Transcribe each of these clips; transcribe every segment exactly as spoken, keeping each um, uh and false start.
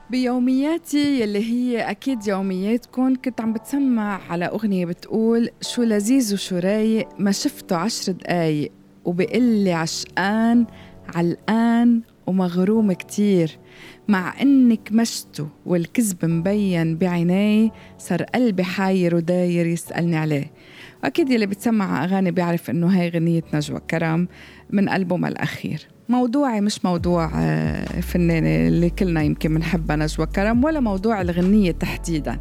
بيومياتي يلي هي أكيد يومياتكم كنت عم بتسمع على أغنية بتقول شو لذيذ وشو رايق ما شفته عشر دقايق وبقلي عشقان علقان ومغروم كتير مع إنك مشته والكذب مبين بعيني صار قلبي حاير وداير يسألني عليه. وأكيد يلي بتسمع أغاني بيعرف إنه هاي غنية نجوى كرم من ألبومها الأخير. موضوعي مش موضوع فنانة اللي كلنا يمكن منحبها نجوى كرم ولا موضوع الغنية تحديداً.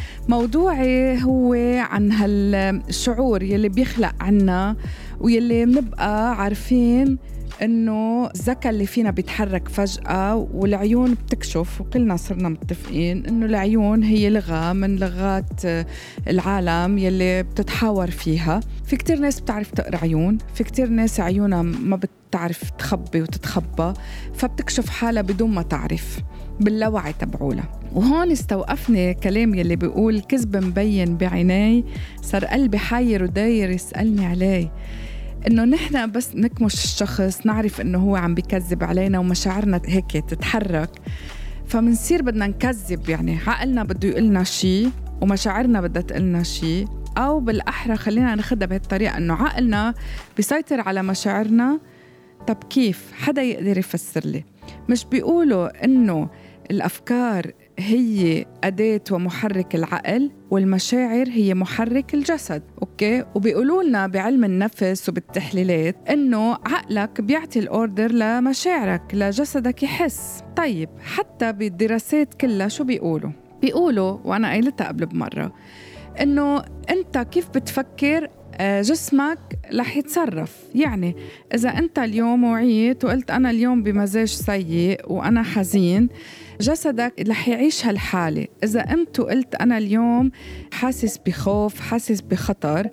موضوعي هو عن هالشعور يلي بيخلق عنا ويلي بنبقى عارفين إنه الذكاء اللي فينا بيتحرك فجأة والعيون بتكشف، وكلنا صرنا متفقين إنه العيون هي لغة من لغات العالم يلي بتتحاور فيها. في كتير ناس بتعرف تقرأ عيون، في كتير ناس عيونها ما بتعرف تخبي وتتخبى فبتكشف حالها بدون ما تعرف باللاوعي تبعولها. وهون استوقفني كلام يلي بيقول كذب مبين بعيني صار قلبي حاير وداير يسألني عليه. إنه نحن بس نكمش الشخص نعرف إنه هو عم بيكذب علينا ومشاعرنا هيك تتحرك فمنصير بدنا نكذب، يعني عقلنا بده يقلنا شيء ومشاعرنا بدها تقلنا شيء، أو بالأحرى خلينا ناخدها بهالطريقة إنه عقلنا بيسيطر على مشاعرنا. طب كيف؟ حدا يقدر يفسر لي؟ مش بيقولوا إنه الأفكار هي أداة ومحرك العقل والمشاعر هي محرك الجسد، أوكي؟ وبيقولوا لنا بعلم النفس وبالتحليلات إنه عقلك بيعطي الأوردر لمشاعرك لجسدك يحس. طيب حتى بالدراسات كلها شو بيقولوا؟ بيقولوا وأنا قايلتها قبل بمرة إنه أنت كيف بتفكر جسمك رح يتصرف. يعني إذا أنت اليوم وعيت وقلت أنا اليوم بمزاج سيء وأنا حزين، جسدك رح يعيش هالحالة. إذا قمت وقلت أنا اليوم حاسس بخوف حاسس بخطر،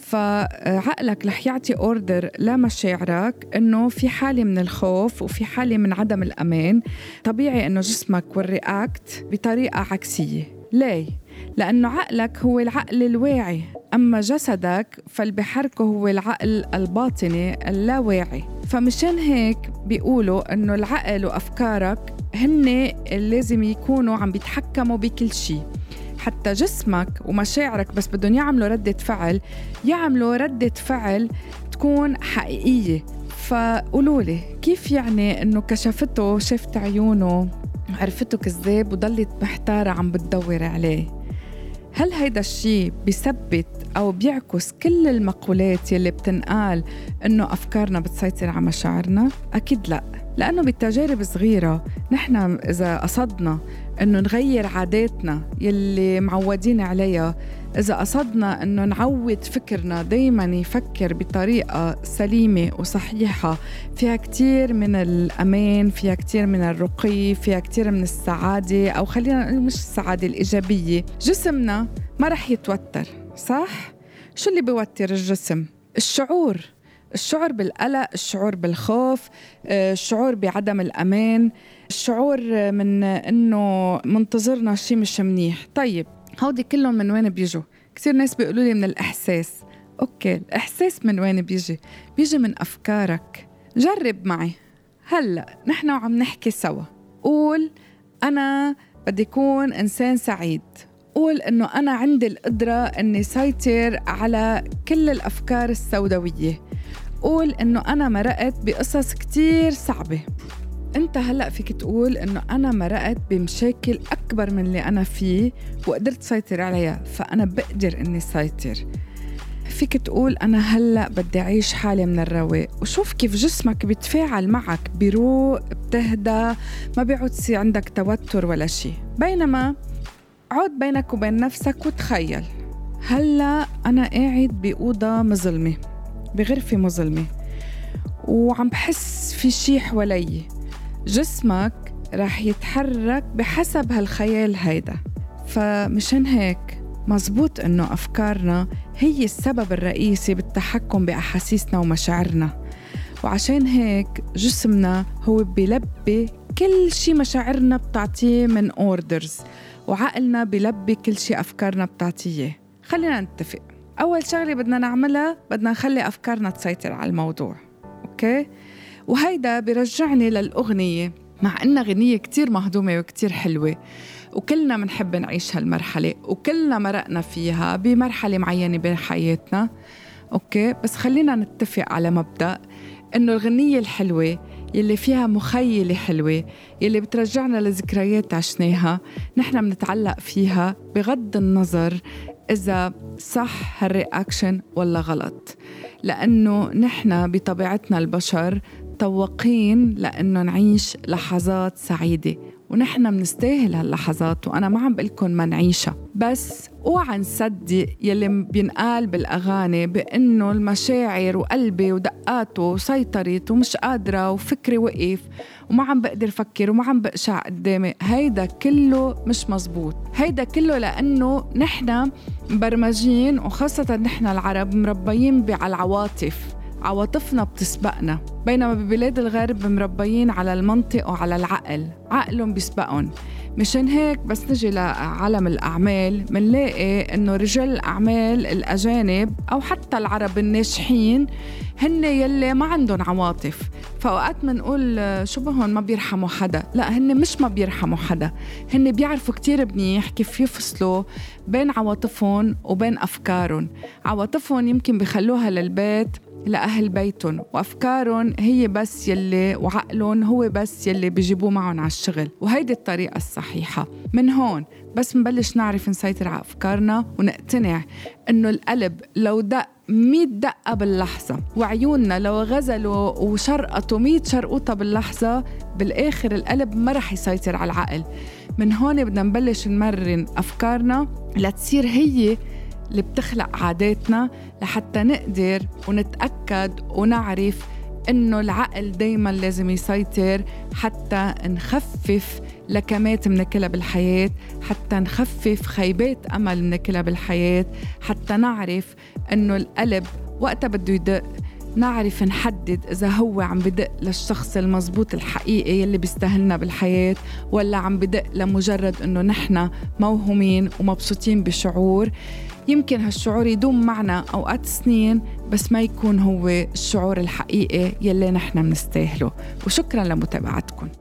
فعقلك رح يعطي أوردر لمشاعرك إنه في حالة من الخوف وفي حالة من عدم الأمان. طبيعي إنه جسمك والرياكت بطريقة عكسية. ليه؟ لأنه عقلك هو العقل الواعي، أما جسدك فالبحركه هو العقل الباطني اللاواعي. فمشان هيك بيقولوا إنه العقل وأفكارك هن لازم يكونوا عم بيتحكموا بكل شيء. حتى جسمك ومشاعرك بس بدهم يعملوا ردة فعل يعملوا ردة فعل تكون حقيقية. فقولولي كيف يعني إنه كشفته شفت عيونه عرفته كذاب وضلت محتارة عم بتدور عليه؟ هل هيدا الشيء بيثبت أو بيعكس كل المقولات يلي بتنقال إنه أفكارنا بتسيطر على مشاعرنا؟ أكيد لا، لأنه بالتجارب صغيرة نحن إذا قصدنا إنه نغير عاداتنا يلي معودين عليها، إذا قصدنا إنه نعود فكرنا دايماً يفكر بطريقة سليمة وصحيحة فيها كتير من الأمان، فيها كتير من الرقي، فيها كتير من السعادة، أو خلينا نقول مش السعادة الإيجابية، جسمنا ما رح يتوتر. صح؟ شو اللي بيوتر الجسم؟ الشعور الشعور بالقلق، الشعور بالخوف، الشعور بعدم الأمان، الشعور من إنه منتظرنا شيء مش منيح. طيب هودي كلهم من وين بيجوا؟ كثير ناس بيقولوا لي من الإحساس. أوكي، الإحساس من وين بيجي؟ بيجي من أفكارك. جرب معي هلأ نحن وعم نحكي سوا، قول أنا بدي أكون إنسان سعيد. قول إنه أنا عندي القدرة أني سيطر على كل الأفكار السوداوية. قول إنه أنا مرقت بقصص كتير صعبة. أنت هلأ فيك تقول إنه أنا مرقت بمشاكل أكبر من اللي أنا فيه وقدرت سيطر عليها، فأنا بقدر إني سيطر. فيك تقول أنا هلأ بدي أعيش حالة من الرواق، وشوف كيف جسمك بيتفاعل معك، بيروق، بتهدى، ما بيعود يصير عندك توتر ولا شيء. بينما عود بينك وبين نفسك وتخيل هلأ أنا قاعد بأوضة مظلمة، بغرفة مظلمة، وعم بحس في شي حوالي. جسمك راح يتحرك بحسب هالخيال هيدا. فمشان هيك مزبوط إنه أفكارنا هي السبب الرئيسي بالتحكم بأحاسيسنا ومشاعرنا، وعشان هيك جسمنا هو بيلبي كل شي مشاعرنا بتعطيه من أوردرز، وعقلنا بيلبي كل شي أفكارنا بتعطيه. خلينا نتفق، أول شغلة بدنا نعملها بدنا نخلي أفكارنا تسيطر على الموضوع. أوكي؟ وهيدا برجعني للأغنية مع إنها غنية كتير مهضومة وكتير حلوة، وكلنا منحب نعيش هالمرحلة وكلنا مرقنا فيها بمرحلة معينة بحياتنا. أوكي، بس خلينا نتفق على مبدأ إنه الغنية الحلوة يلي فيها مخيلة حلوة يلي بترجعنا لذكريات عشناها نحن منتعلق فيها بغض النظر إذا صح هالرياكشن ولا غلط، لأنه نحن بطبيعتنا البشر توقين لأنه نعيش لحظات سعيدة، ونحن منستاهل هاللحظات، وأنا ما عم بقلكن ما نعيشها. بس اوعى نصدق يلي بينقال بالأغاني بأنه المشاعر وقلبي ودقاته وسيطرت ومش قادرة وفكري وقف وما عم بقدر فكر وما عم بقشع قدامي. هيدا كله مش مزبوط. هيدا كله لأنه نحن مبرمجين، وخاصة نحن العرب مربيين على العواطف، عواطفنا بتسبقنا، بينما ببلاد الغرب مربيين على المنطق وعلى العقل، عقلهم بيسبقهم. مشان هيك بس نجي لعالم الأعمال منلاقي إنه رجال الأعمال الأجانب أو حتى العرب الناجحين هن يلي ما عندهم عواطف. فأوقات منقول شو بهن ما بيرحموا حدا، لا، هن مش ما بيرحموا حدا، هن بيعرفوا كتير منيح كيف يفصلوا بين عواطفهم وبين أفكارهم. عواطفهم يمكن بيخلوها للبيت لأهل بيتهم، وأفكارهم هي بس يلي وعقلهم هو بس يلي بيجيبوه معهم على الشغل، وهيدي الطريقة الصحيحة. من هون بس نبلش نعرف نسيطر على أفكارنا ونقتنع إنه القلب لو دق مية دقة باللحظة وعيوننا لو غزلوا وشرقطوا مية شرقوطة باللحظة، بالآخر القلب ما رح يسيطر على العقل. من هون بدنا نبلش نمرن أفكارنا لتصير هي اللي بتخلق عاداتنا، لحتى نقدر ونتأكد ونعرف إنه العقل دايماً لازم يسيطر، حتى نخفف لكمات منكلها بالحياة، حتى نخفف خيبات أمل منكلها بالحياة، حتى نعرف إنه القلب وقتها بده يدق نعرف نحدد إذا هو عم بدق للشخص المزبوط الحقيقي اللي بيستاهلنا بالحياة، ولا عم بدق لمجرد إنه نحن موهومين ومبسوطين بشعور. يمكن هالشعور يدوم معنا أوقات سنين، بس ما يكون هو الشعور الحقيقي يلي نحن منستاهله. وشكراً لمتابعتكم.